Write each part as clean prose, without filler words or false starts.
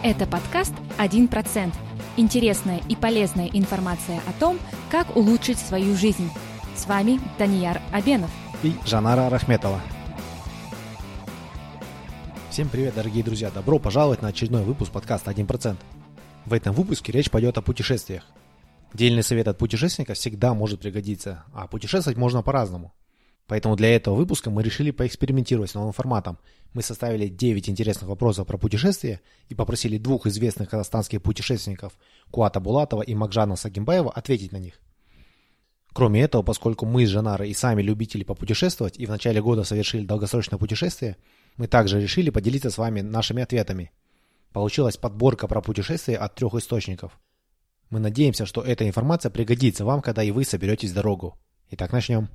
Это подкаст «1%». Интересная и полезная информация о том, как улучшить свою жизнь. С вами Данияр Абенов и Жанара Рахметова. Всем привет, дорогие друзья! Добро пожаловать на очередной выпуск подкаста «1%». В этом выпуске речь пойдет о путешествиях. Дельный совет от путешественника всегда может пригодиться, а путешествовать можно по-разному. Поэтому для этого выпуска мы решили поэкспериментировать с новым форматом. Мы составили 9 интересных вопросов про путешествия и попросили двух известных казахстанских путешественников Куата Булатова и Макжана Сагимбаева ответить на них. Кроме этого, поскольку мы с Жанарой и сами любители попутешествовать и в начале года совершили долгосрочное путешествие, мы также решили поделиться с вами нашими ответами. Получилась подборка про путешествия от 3 источников. Мы надеемся, что эта информация пригодится вам, когда и вы соберетесь в дорогу. Итак, начнем.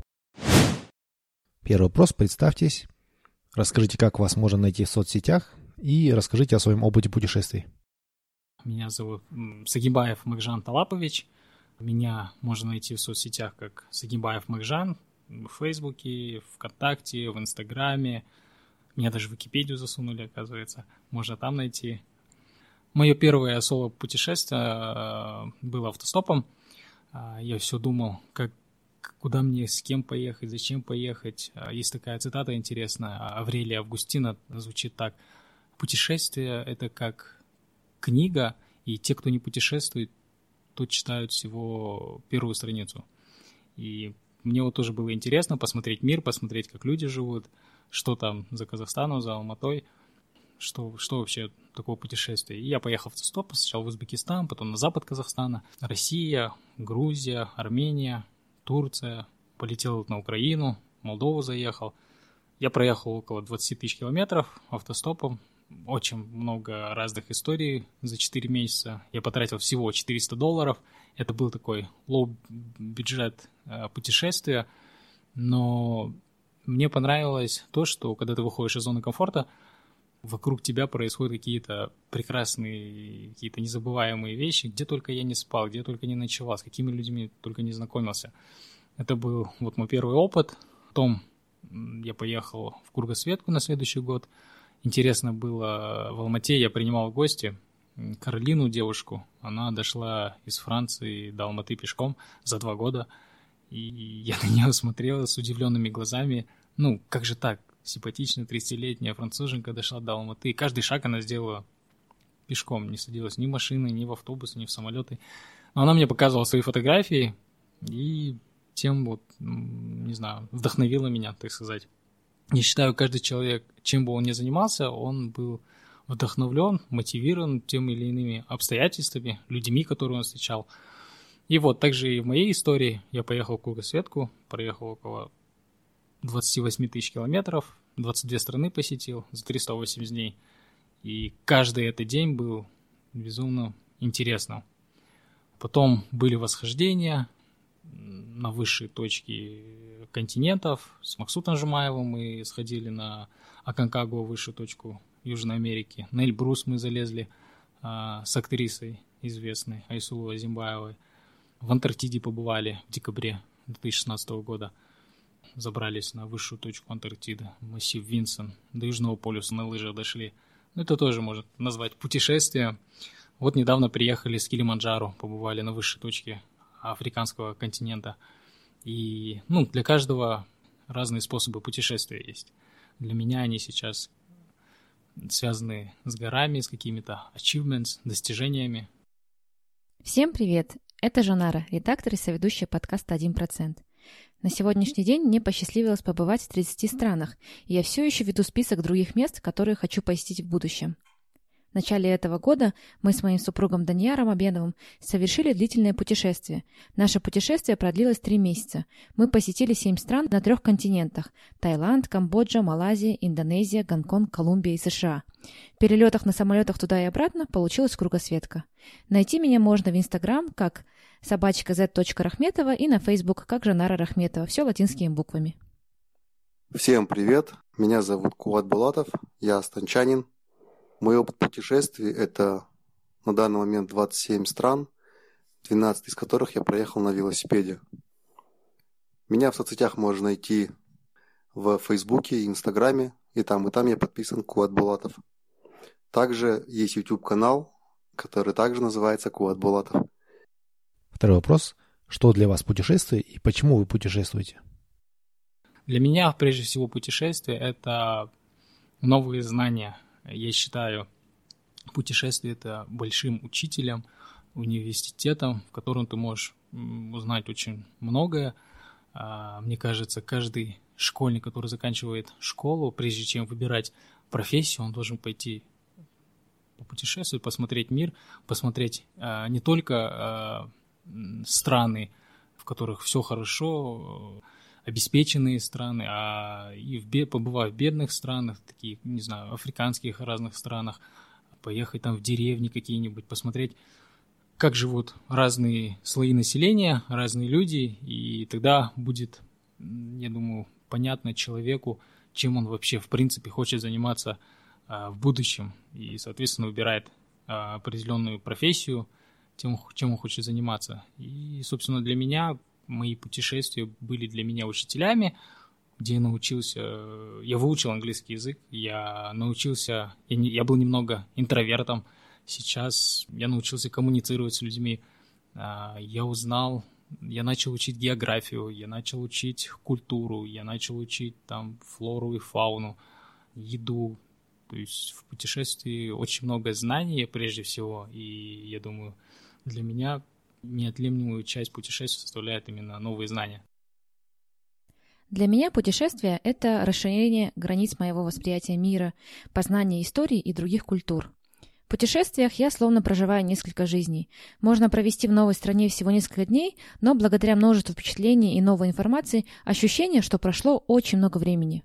Первый вопрос. Представьтесь, расскажите, как вас можно найти в соцсетях и расскажите о своем опыте путешествий. Меня зовут Сагимбаев Макжан Талапович. Меня можно найти в соцсетях как Сагимбаев Макжан, в Фейсбуке, ВКонтакте, в Инстаграме. Меня даже в Википедию засунули, оказывается. Можно там найти. Мое первое соло-путешествие было автостопом. Я все думал, куда мне, с кем поехать, зачем поехать. Есть такая цитата интересная Аврелия Августина, звучит так: путешествие — это как книга, и те, кто не путешествует, то читают всего первую страницу. И мне вот тоже было интересно посмотреть мир, посмотреть, как люди живут, что там за Казахстаном, за Алматой, что вообще такое путешествие. И я поехал в автостоп, сначала в Узбекистан, потом на запад Казахстана, Россия, Грузия, Армения, Турция, полетел на Украину, Молдову заехал. Я проехал около 20 тысяч километров автостопом. Очень много разных историй за 4 месяца. Я потратил всего $400. Это был такой лоу-бюджет путешествия. Но мне понравилось то, что когда ты выходишь из зоны комфорта, вокруг тебя происходят какие-то прекрасные, какие-то незабываемые вещи, где только я не спал, где только не ночевал, с какими людьми только не знакомился. Это был вот мой первый опыт. Потом я поехал в Кургасветку на следующий год. Интересно было, в Алмате я принимал в гости Каролину, девушку. Она дошла из Франции до Алматы пешком за 2 года. И я на нее смотрел с удивленными глазами. Ну, как же так? Симпатичная 30-летняя француженка дошла до Алматы. И каждый шаг она сделала пешком. Не садилась ни в машины, ни в автобусы, ни в самолеты. Но она мне показывала свои фотографии и тем вот, не знаю, вдохновила меня, так сказать. Я считаю, каждый человек, чем бы он ни занимался, он был вдохновлен, мотивирован тем или иными обстоятельствами, людьми, которые он встречал. И вот также и в моей истории я поехал в Кургасветку, проехал около 28 тысяч километров, 22 страны посетил за 380 дней. И каждый этот день был безумно интересным. Потом были восхождения на высшие точки континентов. С Максутом Жумаевым мы сходили на Аконкагуа, высшую точку Южной Америки. На Эльбрус мы залезли с актрисой известной Айсулу Азимбаевой. В Антарктиде побывали в декабре 2016 года. Забрались на высшую точку Антарктиды, массив Винсон, до Южного полюса на лыжах дошли. Ну, это тоже можно назвать путешествием. Вот недавно приехали с Килиманджаро, побывали на высшей точке африканского континента. И, для каждого разные способы путешествия есть. Для меня они сейчас связаны с горами, с какими-то achievements, достижениями. Всем привет! Это Жанара, редактор и соведущая подкаста «1%». На сегодняшний день мне посчастливилось побывать в 30 странах, и я все еще веду список других мест, которые хочу посетить в будущем. В начале этого года мы с моим супругом Данияром Абеновым совершили длительное путешествие. Наше путешествие продлилось 3 месяца. Мы посетили 7 стран на 3 континентах – Таиланд, Камбоджа, Малайзия, Индонезия, Гонконг, Колумбия и США. В перелетах на самолетах туда и обратно получилась кругосветка. Найти меня можно в Инстаграм как @z.рахметова и на Фейсбук как Жанара Рахметова. Все латинскими буквами. Всем привет, меня зовут Куат Булатов, я астанчанин. Мой опыт путешествий – это на данный момент 27 стран, 12 из которых я проехал на велосипеде. Меня в соцсетях можно найти в Фейсбуке и Инстаграме, и там я подписан Куат Булатов. Также есть YouTube-канал, который также называется Куат Булатов. Второй вопрос. Что для вас путешествие и почему вы путешествуете? Для меня, прежде всего, путешествие – это новые знания. Я считаю, путешествие – это большим учителем, университетом, в котором ты можешь узнать очень многое. Мне кажется, каждый школьник, который заканчивает школу, прежде чем выбирать профессию, он должен пойти попутешествовать, посмотреть мир, посмотреть не только страны, в которых все хорошо, обеспеченные страны, а и побывать в бедных странах, таких, не знаю, африканских разных странах, поехать там в деревни какие-нибудь, посмотреть, как живут разные слои населения, разные люди, и тогда будет, я думаю, понятно человеку, чем он вообще в принципе хочет заниматься в будущем, и, соответственно, выбирает определенную профессию, тем, чем он хочет заниматься. И, собственно, для меня мои путешествия были для меня учителями, где я научился, я выучил английский язык, я научился, я был немного интровертом, сейчас я научился коммуницировать с людьми, я начал учить географию, я начал учить культуру, я начал учить там флору и фауну, еду. То есть в путешествии очень много знаний прежде всего, и я думаю, для меня неотъемлемую часть путешествия составляет именно новые знания. Для меня путешествие – это расширение границ моего восприятия мира, познание истории и других культур. В путешествиях я словно проживаю несколько жизней. Можно провести в новой стране всего несколько дней, но благодаря множеству впечатлений и новой информации ощущение, что прошло очень много времени.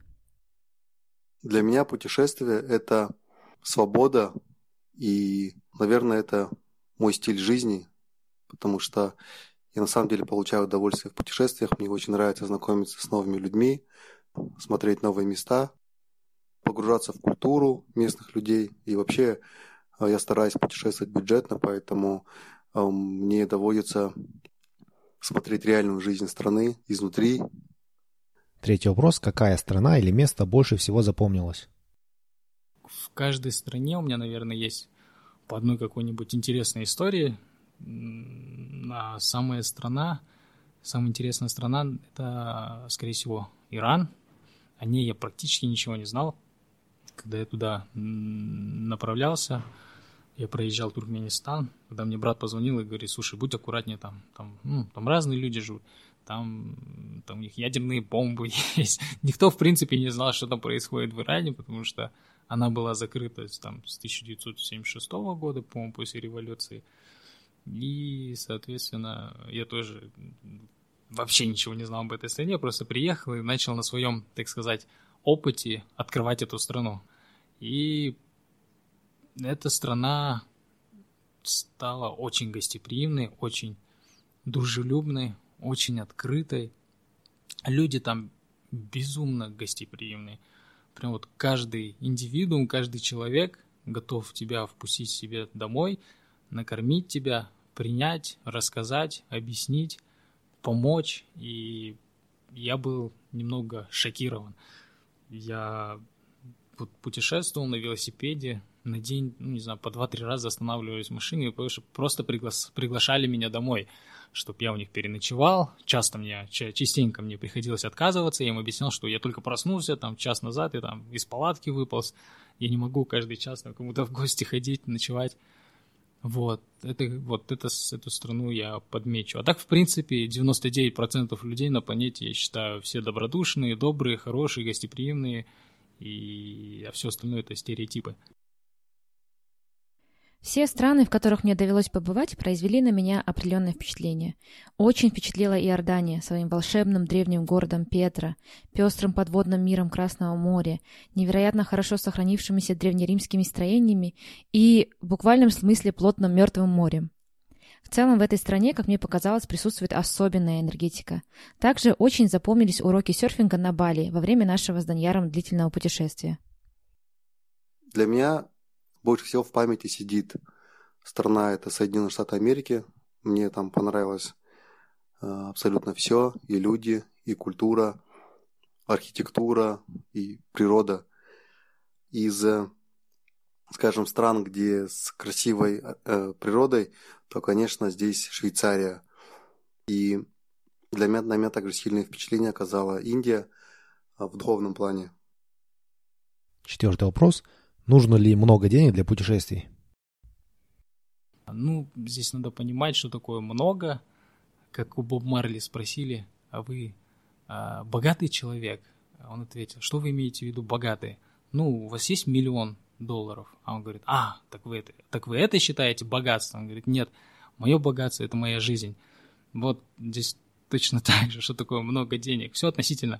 Для меня путешествие – это свобода и, наверное, это мой стиль жизни, потому что я на самом деле получаю удовольствие в путешествиях. Мне очень нравится знакомиться с новыми людьми, смотреть новые места, погружаться в культуру местных людей. И вообще я стараюсь путешествовать бюджетно, поэтому мне доводится смотреть реальную жизнь страны изнутри. Третий вопрос. Какая страна или место больше всего запомнилось? В каждой стране у меня, наверное, есть по одной какой-нибудь интересной истории. А самая интересная страна – это, скорее всего, Иран. О ней я практически ничего не знал. Когда я туда направлялся, я проезжал Туркменистан, когда мне брат позвонил и говорит: слушай, будь аккуратнее, там разные люди живут, там у них ядерные бомбы есть. Никто, в принципе, не знал, что там происходит в Иране, потому что она была закрыта там с 1976 года, по-моему, после революции. И, соответственно, я тоже вообще ничего не знал об этой стране, просто приехал и начал на своем, так сказать, опыте открывать эту страну. И эта страна стала очень гостеприимной, очень дружелюбной, очень открытой. Люди там безумно гостеприимные. Прям вот каждый индивидуум, каждый человек готов тебя впустить себе домой, накормить тебя, принять, рассказать, объяснить, помочь. И я был немного шокирован. Я путешествовал на велосипеде, на день, не знаю, по 2-3 раза останавливались в машине, потому что просто приглашали меня домой, чтобы я у них переночевал. Частенько мне приходилось отказываться, я им объяснял, что я только проснулся там час назад и там из палатки выполз, я не могу каждый час там кому-то в гости ходить, ночевать. Эту страну я подмечу. А так, в принципе, 99% людей на планете, я считаю, все добродушные, добрые, хорошие, гостеприимные, а все остальное – это стереотипы. Все страны, в которых мне довелось побывать, произвели на меня определенное впечатление. Очень впечатлила Иордания своим волшебным древним городом Петра, пестрым подводным миром Красного моря, невероятно хорошо сохранившимися древнеримскими строениями и, в буквальном смысле, плотным мертвым морем. В целом в этой стране, как мне показалось, присутствует особенная энергетика. Также очень запомнились уроки серфинга на Бали во время нашего с Даньяром длительного путешествия. Для меня больше всего в памяти сидит страна, это Соединенные Штаты Америки. Мне там понравилось абсолютно все, и люди, и культура, архитектура, и природа. Из скажем, стран, где с красивой природой, то, конечно, здесь Швейцария. И на меня также сильное впечатление оказала Индия в духовном плане. 4-й вопрос. Нужно ли много денег для путешествий? Здесь надо понимать, что такое много. Как у Боб Марли спросили, а вы богатый человек? Он ответил, что вы имеете в виду богатый? У вас есть $1 миллион. А он говорит, так вы это считаете богатством? Он говорит, нет, мое богатство – это моя жизнь. Вот здесь точно так же, что такое много денег. Все относительно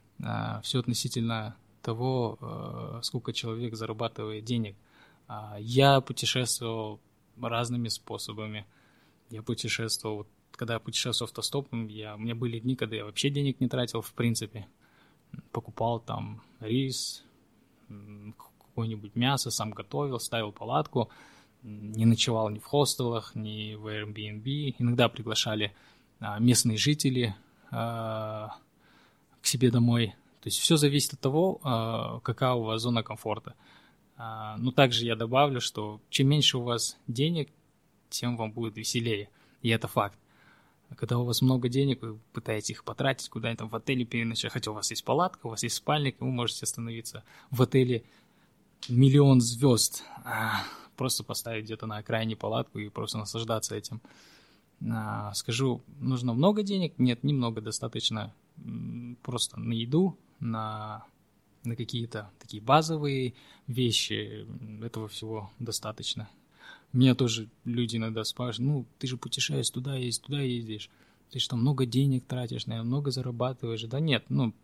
того, сколько человек зарабатывает денег. Я путешествовал разными способами. Когда я путешествовал автостопом, у меня были дни, когда я вообще денег не тратил в принципе. Покупал там рис, какое-нибудь мясо, сам готовил, ставил палатку, не ночевал ни в хостелах, ни в Airbnb. Иногда приглашали местные жители к себе домой. То есть все зависит от того, какая у вас зона комфорта. Также я добавлю, что чем меньше у вас денег, тем вам будет веселее. И это факт. Когда у вас много денег, вы пытаетесь их потратить куда-нибудь в отеле переночевать, хотя у вас есть палатка, у вас есть спальник, и вы можете остановиться в отеле 1 миллион звезд, просто поставить где-то на окраине палатку и просто наслаждаться этим. Скажу, нужно много денег? Нет, немного, достаточно просто на еду, на какие-то такие базовые вещи, этого всего достаточно. Меня тоже люди иногда спрашивают, ты же путешествуешь, туда ездишь, ты что, много денег тратишь, наверное, много зарабатываешь? Да нет,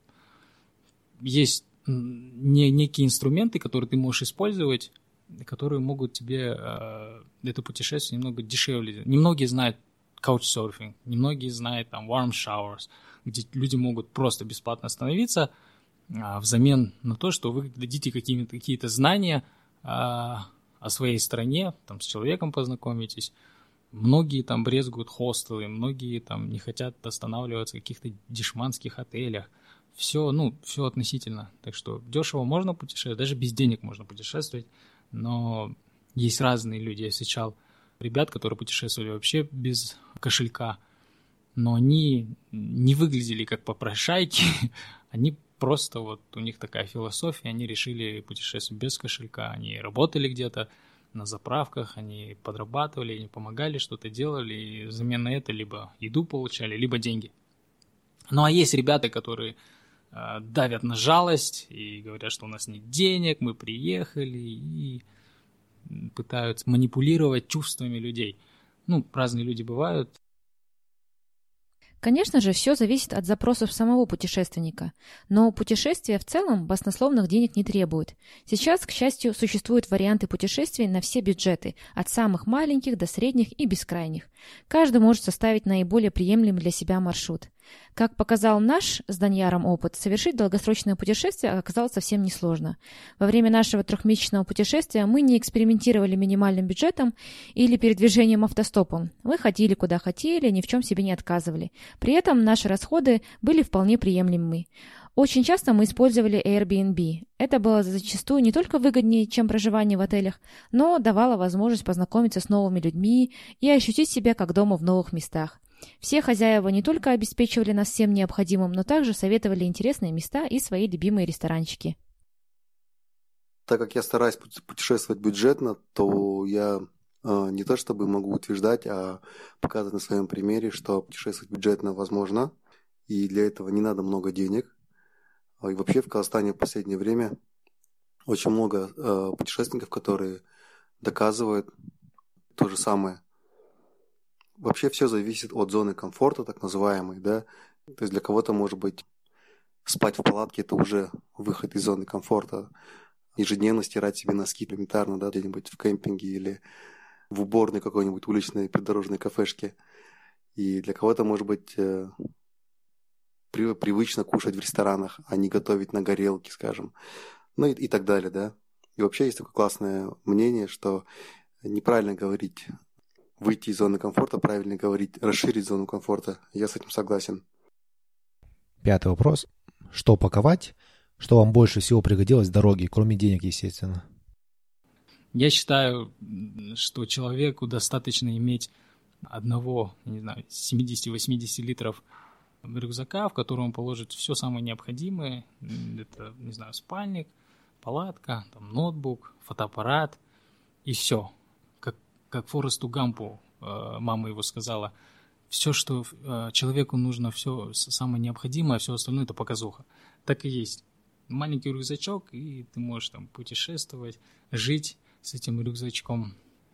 есть некие инструменты, которые ты можешь использовать, которые могут тебе это путешествие немного дешевле. Немногие знают couchsurfing, немногие знают там warm showers, где люди могут просто бесплатно остановиться взамен на то, что вы дадите какие-то знания о своей стране, там с человеком познакомитесь. Многие там брезгуют хостелы, многие там не хотят останавливаться в каких-то дешманских отелях. Все относительно. Так что дешево можно путешествовать, даже без денег можно путешествовать, но есть разные люди. Я встречал ребят, которые путешествовали вообще без кошелька, но они не выглядели как попрошайки, они просто у них такая философия, они решили путешествовать без кошелька, они работали где-то на заправках, они подрабатывали, они помогали, что-то делали, и взамен на это либо еду получали, либо деньги. А есть ребята, которые давят на жалость и говорят, что у нас нет денег, мы приехали, и пытаются манипулировать чувствами людей. Разные люди бывают. Конечно же, все зависит от запросов самого путешественника, но путешествия в целом баснословных денег не требуют. Сейчас, к счастью, существуют варианты путешествий на все бюджеты, от самых маленьких до средних и бескрайних. Каждый может составить наиболее приемлемый для себя маршрут. Как показал наш с Даньяром опыт, совершить долгосрочное путешествие оказалось совсем несложно. Во время нашего 3-месячного путешествия мы не экспериментировали минимальным бюджетом или передвижением автостопом. Мы ходили куда хотели, ни в чем себе не отказывали. При этом наши расходы были вполне приемлемыми. Очень часто мы использовали Airbnb. Это было зачастую не только выгоднее, чем проживание в отелях, но давало возможность познакомиться с новыми людьми и ощутить себя как дома в новых местах. Все хозяева не только обеспечивали нас всем необходимым, но также советовали интересные места и свои любимые ресторанчики. Так как я стараюсь путешествовать бюджетно, то я не то чтобы могу утверждать, а показывать на своем примере, что путешествовать бюджетно возможно, и для этого не надо много денег. И вообще в Казахстане в последнее время очень много путешественников, которые доказывают то же самое. Вообще все зависит от зоны комфорта, так называемой, да. То есть для кого-то, может быть, спать в палатке – это уже выход из зоны комфорта. Ежедневно стирать себе носки элементарно, да, где-нибудь в кемпинге или в уборной какой-нибудь уличной придорожной кафешке. И для кого-то, может быть, привычно кушать в ресторанах, а не готовить на горелке, скажем. И так далее, да. И вообще есть такое классное мнение, что неправильно говорить выйти из зоны комфорта, правильно говорить расширить зону комфорта. Я с этим согласен. 5-й вопрос. Что паковать? Что вам больше всего пригодилось в дороге, кроме денег, естественно? Я считаю, что человеку достаточно иметь одного, 70-80 литров рюкзака, в котором он положит все самое необходимое. Это, спальник, палатка, ноутбук, фотоаппарат и все. Как Форесту Гампу мама его сказала, все, что человеку нужно, все самое необходимое, а все остальное – это показуха. Так и есть. Маленький рюкзачок, и ты можешь путешествовать, жить с этим рюкзачком.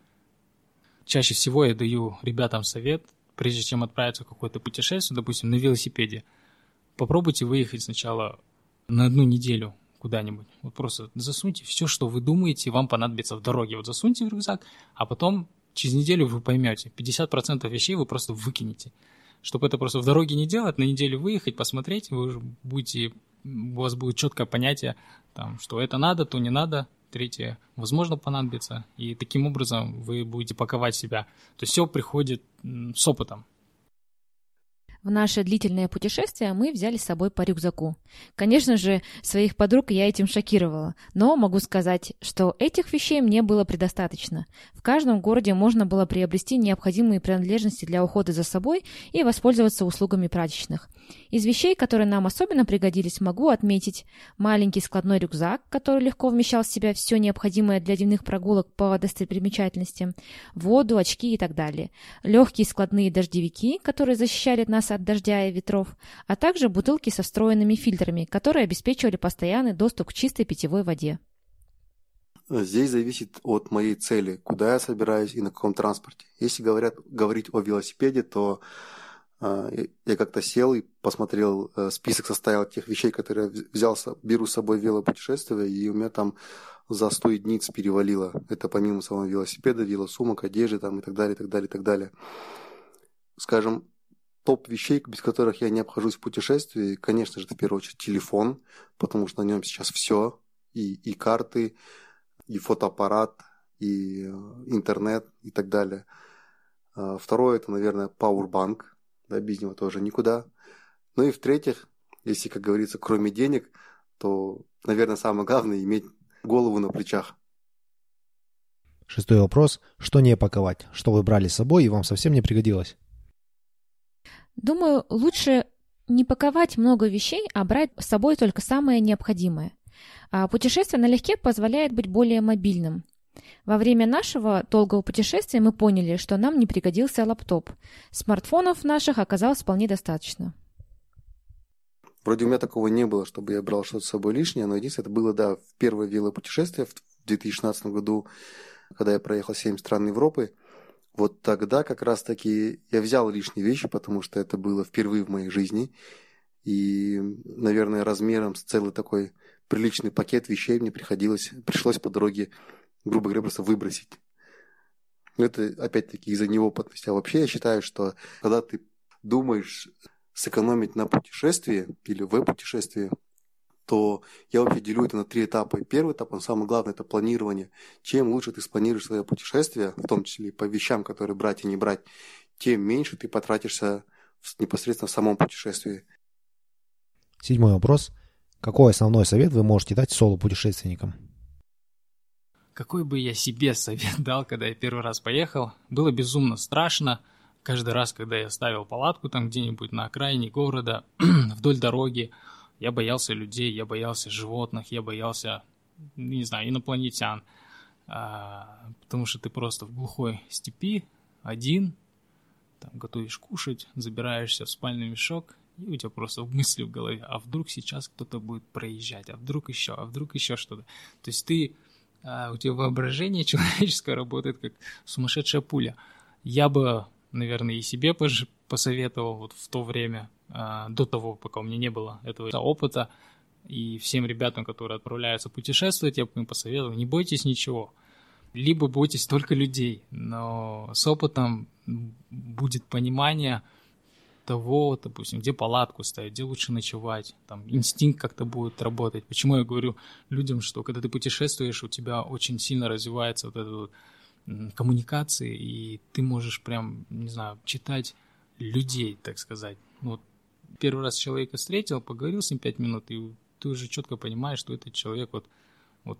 Чаще всего я даю ребятам совет, прежде чем отправиться в какое-то путешествие, допустим, на велосипеде, попробуйте выехать сначала на 1 неделю куда-нибудь. Просто засуньте все, что вы думаете, вам понадобится в дороге. Засуньте в рюкзак, а потом через неделю вы поймете. 50% вещей вы просто выкинете. Чтобы это просто в дороге не делать, на неделю выехать, посмотреть, у вас будет четкое понятие, что это надо, то не надо. Третье, возможно, понадобится. И таким образом вы будете паковать себя. То есть все приходит с опытом. В наше длительное путешествие мы взяли с собой по рюкзаку. Конечно же, своих подруг я этим шокировала, но могу сказать, что этих вещей мне было предостаточно. В каждом городе можно было приобрести необходимые принадлежности для ухода за собой и воспользоваться услугами прачечных. Из вещей, которые нам особенно пригодились, могу отметить маленький складной рюкзак, который легко вмещал в себя все необходимое для дневных прогулок по достопримечательностям, воду, очки и так далее, легкие складные дождевики, которые защищали нас от дождя и ветров, а также бутылки со встроенными фильтрами, которые обеспечивали постоянный доступ к чистой питьевой воде. Здесь зависит от моей цели, куда я собираюсь и на каком транспорте. Если говорить о велосипеде, то я как-то сел и посмотрел список, составил тех вещей, которые беру с собой в велопутешествие, и у меня там за 100 единиц перевалило. Это помимо самого велосипеда, велосумок, одежды и так далее, и так далее, и так далее. Скажем, топ вещей, без которых я не обхожусь в путешествии, конечно же, это в первую очередь телефон, потому что на нем сейчас все, и карты, и фотоаппарат, и интернет, и так далее. Второе, это, наверное, пауэрбанк, да, без него тоже никуда. Ну и в-третьих, если, как говорится, кроме денег, то, наверное, самое главное – иметь голову на плечах. 6-й вопрос. Что не паковать? Что вы брали с собой и вам совсем не пригодилось? Думаю, лучше не паковать много вещей, а брать с собой только самое необходимое. А путешествие налегке позволяет быть более мобильным. Во время нашего долгого путешествия мы поняли, что нам не пригодился лаптоп. Смартфонов наших оказалось вполне достаточно. Вроде у меня такого не было, чтобы я брал что-то с собой лишнее, но единственное, это было, да, в первое велопутешествие в 2016 году, когда я проехал 7 стран Европы. Вот тогда как раз-таки я взял лишние вещи, потому что это было впервые в моей жизни. И, наверное, размером с целый такой приличный пакет вещей мне пришлось по дороге, грубо говоря, просто выбросить. Это, опять-таки, из-за неопытности. А вообще я считаю, что когда ты думаешь сэкономить на путешествии или в путешествии, то я вообще делю это на 3 этапа. И первый этап, он самый главный, это планирование. Чем лучше ты спланируешь свое путешествие, в том числе и по вещам, которые брать и не брать, тем меньше ты потратишься непосредственно в самом путешествии. 7-й вопрос. Какой основной совет вы можете дать соло-путешественникам? Какой бы я себе совет дал, когда я первый раз поехал? Было безумно страшно. Каждый раз, когда я ставил палатку там где-нибудь на окраине города, вдоль дороги, я боялся людей, я боялся животных, я боялся, инопланетян. Потому что ты просто в глухой степи, один, там, готовишь кушать, забираешься в спальный мешок, и у тебя просто мысли в голове, а вдруг сейчас кто-то будет проезжать, а вдруг еще что-то. То есть у тебя воображение человеческое работает как сумасшедшая пуля. Я бы, наверное, и себе посоветовал вот в то время, до того, пока у меня не было этого опыта, и всем ребятам, которые отправляются путешествовать, я бы им посоветовал, не бойтесь ничего. Либо бойтесь только людей, но с опытом будет понимание того, допустим, где палатку ставить, где лучше ночевать, там инстинкт как-то будет работать. Почему я говорю людям, что когда ты путешествуешь, у тебя очень сильно развивается вот эта коммуникация, и ты можешь прям, читать людей, так сказать. Вот первый раз человека встретил, поговорил с ним 5 минут, и ты уже четко понимаешь, что этот человек Вот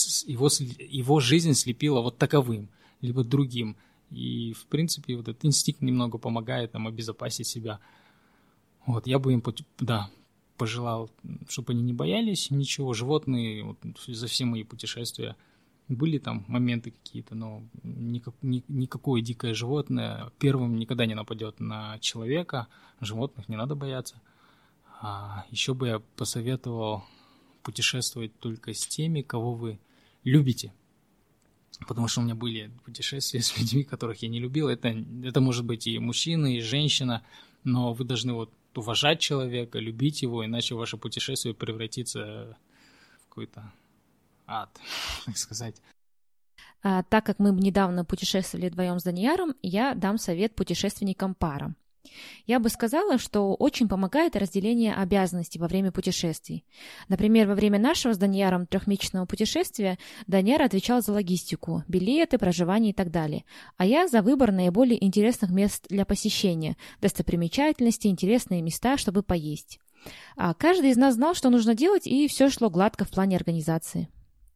его жизнь слепила вот таковым, либо другим. И, в принципе, вот этот инстинкт немного помогает нам обезопасить себя. Вот, я бы им, пожелал, чтобы они не боялись ничего. Животные, вот, за все мои путешествия, были там моменты какие-то, но никакое дикое животное первым никогда не нападет на человека. Животных не надо бояться. А еще бы я посоветовал путешествовать только с теми, кого вы любите. Потому что у меня были путешествия с людьми, которых я не любил. Это может быть и мужчина, и женщина, но вы должны вот уважать человека, любить его, иначе ваше путешествие превратится в какой-то ад, так сказать. Так как мы недавно путешествовали вдвоем с Данияром, я дам совет путешественникам парам. Я бы сказала, что очень помогает разделение обязанностей во время путешествий. Например, во время нашего с Данияром 3-месячного путешествия Данияр отвечал за логистику, билеты, проживание и так далее, а я за выбор наиболее интересных мест для посещения, достопримечательности, интересные места, чтобы поесть. А каждый из нас знал, что нужно делать, и все шло гладко в плане организации.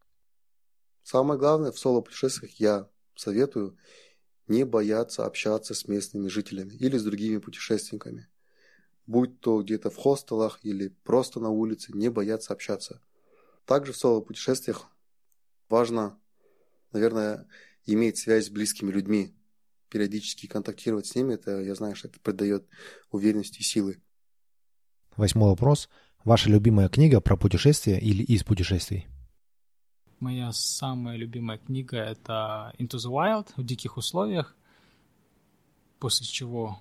Самое главное в соло-путешествиях я советую не бояться общаться с местными жителями или с другими путешественниками. Будь то где-то в хостелах или просто на улице, не бояться общаться. Также в соло-путешествиях важно, наверное, иметь связь с близкими людьми, периодически контактировать с ними. Это, я знаю, что это придает уверенности и силы. 8 вопрос. Ваша любимая книга про путешествия или из путешествий? Моя самая любимая книга – это «Into the Wild» в диких условиях, после чего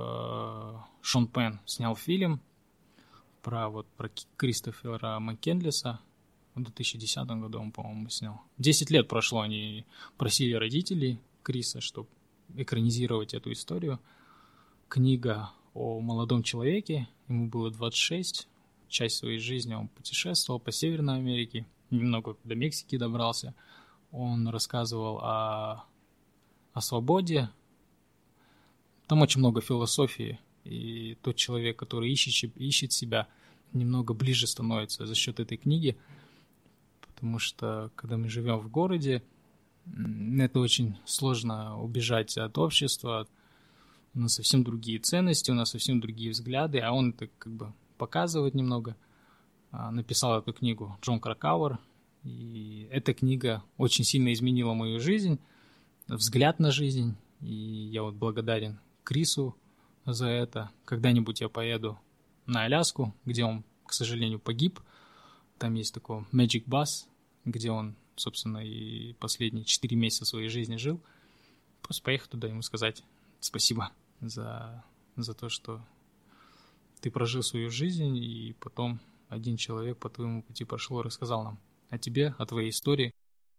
Шон Пенн снял фильм про Кристофера Маккендлиса в 2010 году, он, по-моему, снял. 10 лет прошло, они просили родителей Криса, чтобы экранизировать эту историю. Книга о молодом человеке, ему было 26, часть своей жизни он путешествовал по Северной Америке, немного до Мексики добрался. Он рассказывал о свободе. Там очень много философии. И тот человек, который ищет себя, немного ближе становится за счет этой книги. Потому что, когда мы живем в городе, это очень сложно убежать от общества. У нас совсем другие ценности, у нас совсем другие взгляды. А он это как бы показывает немного. Написал эту книгу Джон Кракауэр, и эта книга очень сильно изменила мою жизнь, взгляд на жизнь, и я вот благодарен Крису за это. Когда-нибудь я поеду на Аляску, где он, к сожалению, погиб. Там есть такой Magic Bus, где он, собственно, и последние 4 месяца своей жизни жил. Просто поехать туда ему сказать спасибо за то, что ты прожил свою жизнь, и потом один человек по твоему пути прошел и рассказал нам о тебе, о твоей истории.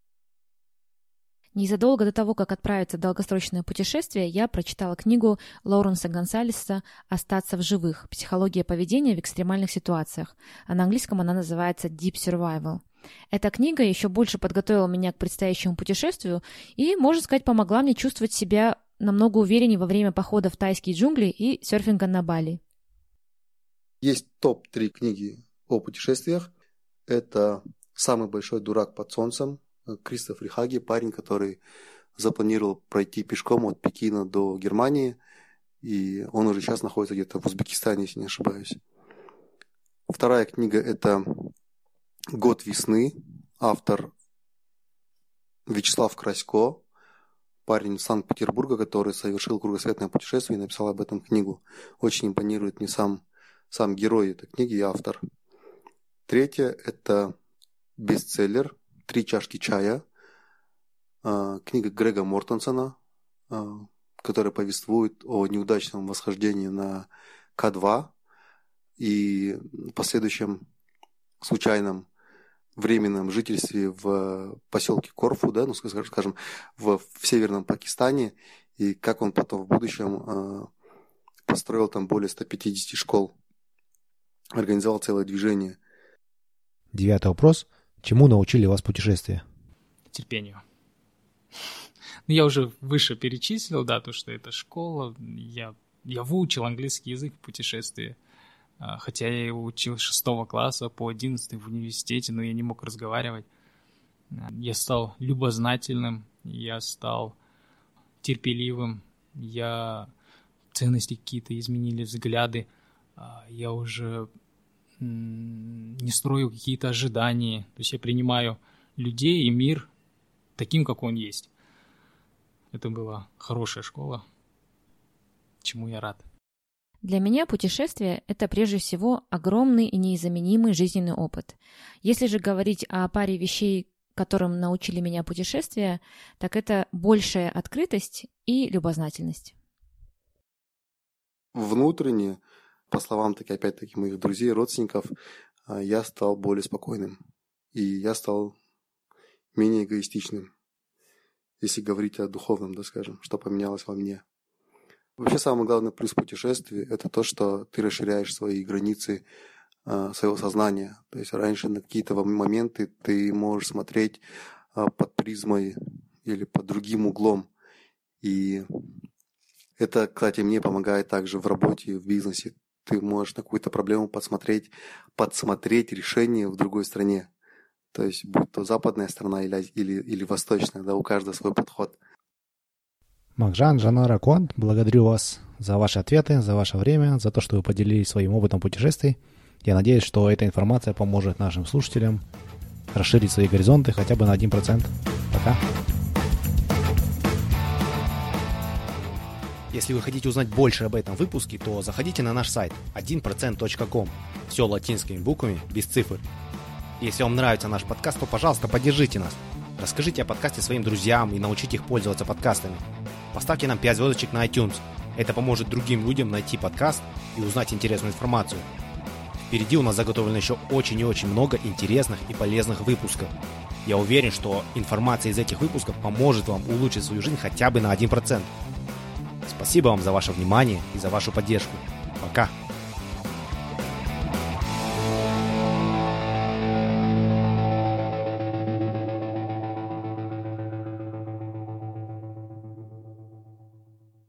Незадолго до того, как отправиться в долгосрочное путешествие, я прочитала книгу Лоуренса Гонсалеса «Остаться в живых. Психология поведения в экстремальных ситуациях». А на английском она называется «Deep Survival». Эта книга еще больше подготовила меня к предстоящему путешествию и, можно сказать, помогла мне чувствовать себя намного увереннее во время похода в тайские джунгли и серфинга на Бали. Есть топ-3 книги о путешествиях. Это «Самый большой дурак под солнцем» Кристофер Хаги, парень, который запланировал пройти пешком от Пекина до Германии, и он уже сейчас находится где-то в Узбекистане, если не ошибаюсь. Вторая книга – это «Год весны», автор Вячеслав Красько, парень из Санкт-Петербурга, который совершил кругосветное путешествие и написал об этом книгу. Очень импонирует мне сам герой этой книги и автор. Третье – это бестселлер «Три чашки чая», книга Грега Мортенсона, которая повествует о неудачном восхождении на К2 и последующем случайном временном жительстве в поселке Корфу, да, ну, скажем, в северном Пакистане, и как он потом в будущем построил там более 150 школ, организовал целое движение. 9 вопрос. Чему научили вас путешествия? Терпению. Я уже выше перечислил, да, то, что это школа. Я выучил английский язык в путешествии. Хотя я его учил с 6 класса по 11 в университете, но я не мог разговаривать. Я стал любознательным, я стал терпеливым, ценности какие-то изменили, взгляды. Я уже не строю какие-то ожидания. То есть я принимаю людей и мир таким, как он есть. Это была хорошая школа, чему я рад. Для меня путешествие – это прежде всего огромный и неизаменимый жизненный опыт. Если же говорить о паре вещей, которым научили меня путешествия, так это большая открытость и любознательность. Внутренне, по словам опять-таки моих друзей, родственников, я стал более спокойным. И я стал менее эгоистичным. Если говорить о духовном, да, скажем, что поменялось во мне. Вообще самый главный плюс путешествия – это то, что ты расширяешь свои границы своего сознания. То есть раньше на какие-то моменты ты можешь смотреть под призмой или под другим углом. И это, кстати, мне помогает также в работе, в бизнесе. Ты можешь на какую-то проблему подсмотреть решение в другой стране. То есть, будь то западная страна или восточная, да, у каждого свой подход. Макжан, Жанара, Куат, благодарю вас за ваши ответы, за ваше время, за то, что вы поделились своим опытом путешествий. Я надеюсь, что эта информация поможет нашим слушателям расширить свои горизонты хотя бы на 1%. Пока. Если вы хотите узнать больше об этом выпуске, то заходите на наш сайт 1%.com. Все латинскими буквами, без цифр. Если вам нравится наш подкаст, то, пожалуйста, поддержите нас. Расскажите о подкасте своим друзьям и научите их пользоваться подкастами. Поставьте нам 5 звездочек на iTunes. Это поможет другим людям найти подкаст и узнать интересную информацию. Впереди у нас заготовлено еще очень и очень много интересных и полезных выпусков. Я уверен, что информация из этих выпусков поможет вам улучшить свою жизнь хотя бы на 1%. Спасибо вам за ваше внимание и за вашу поддержку. Пока!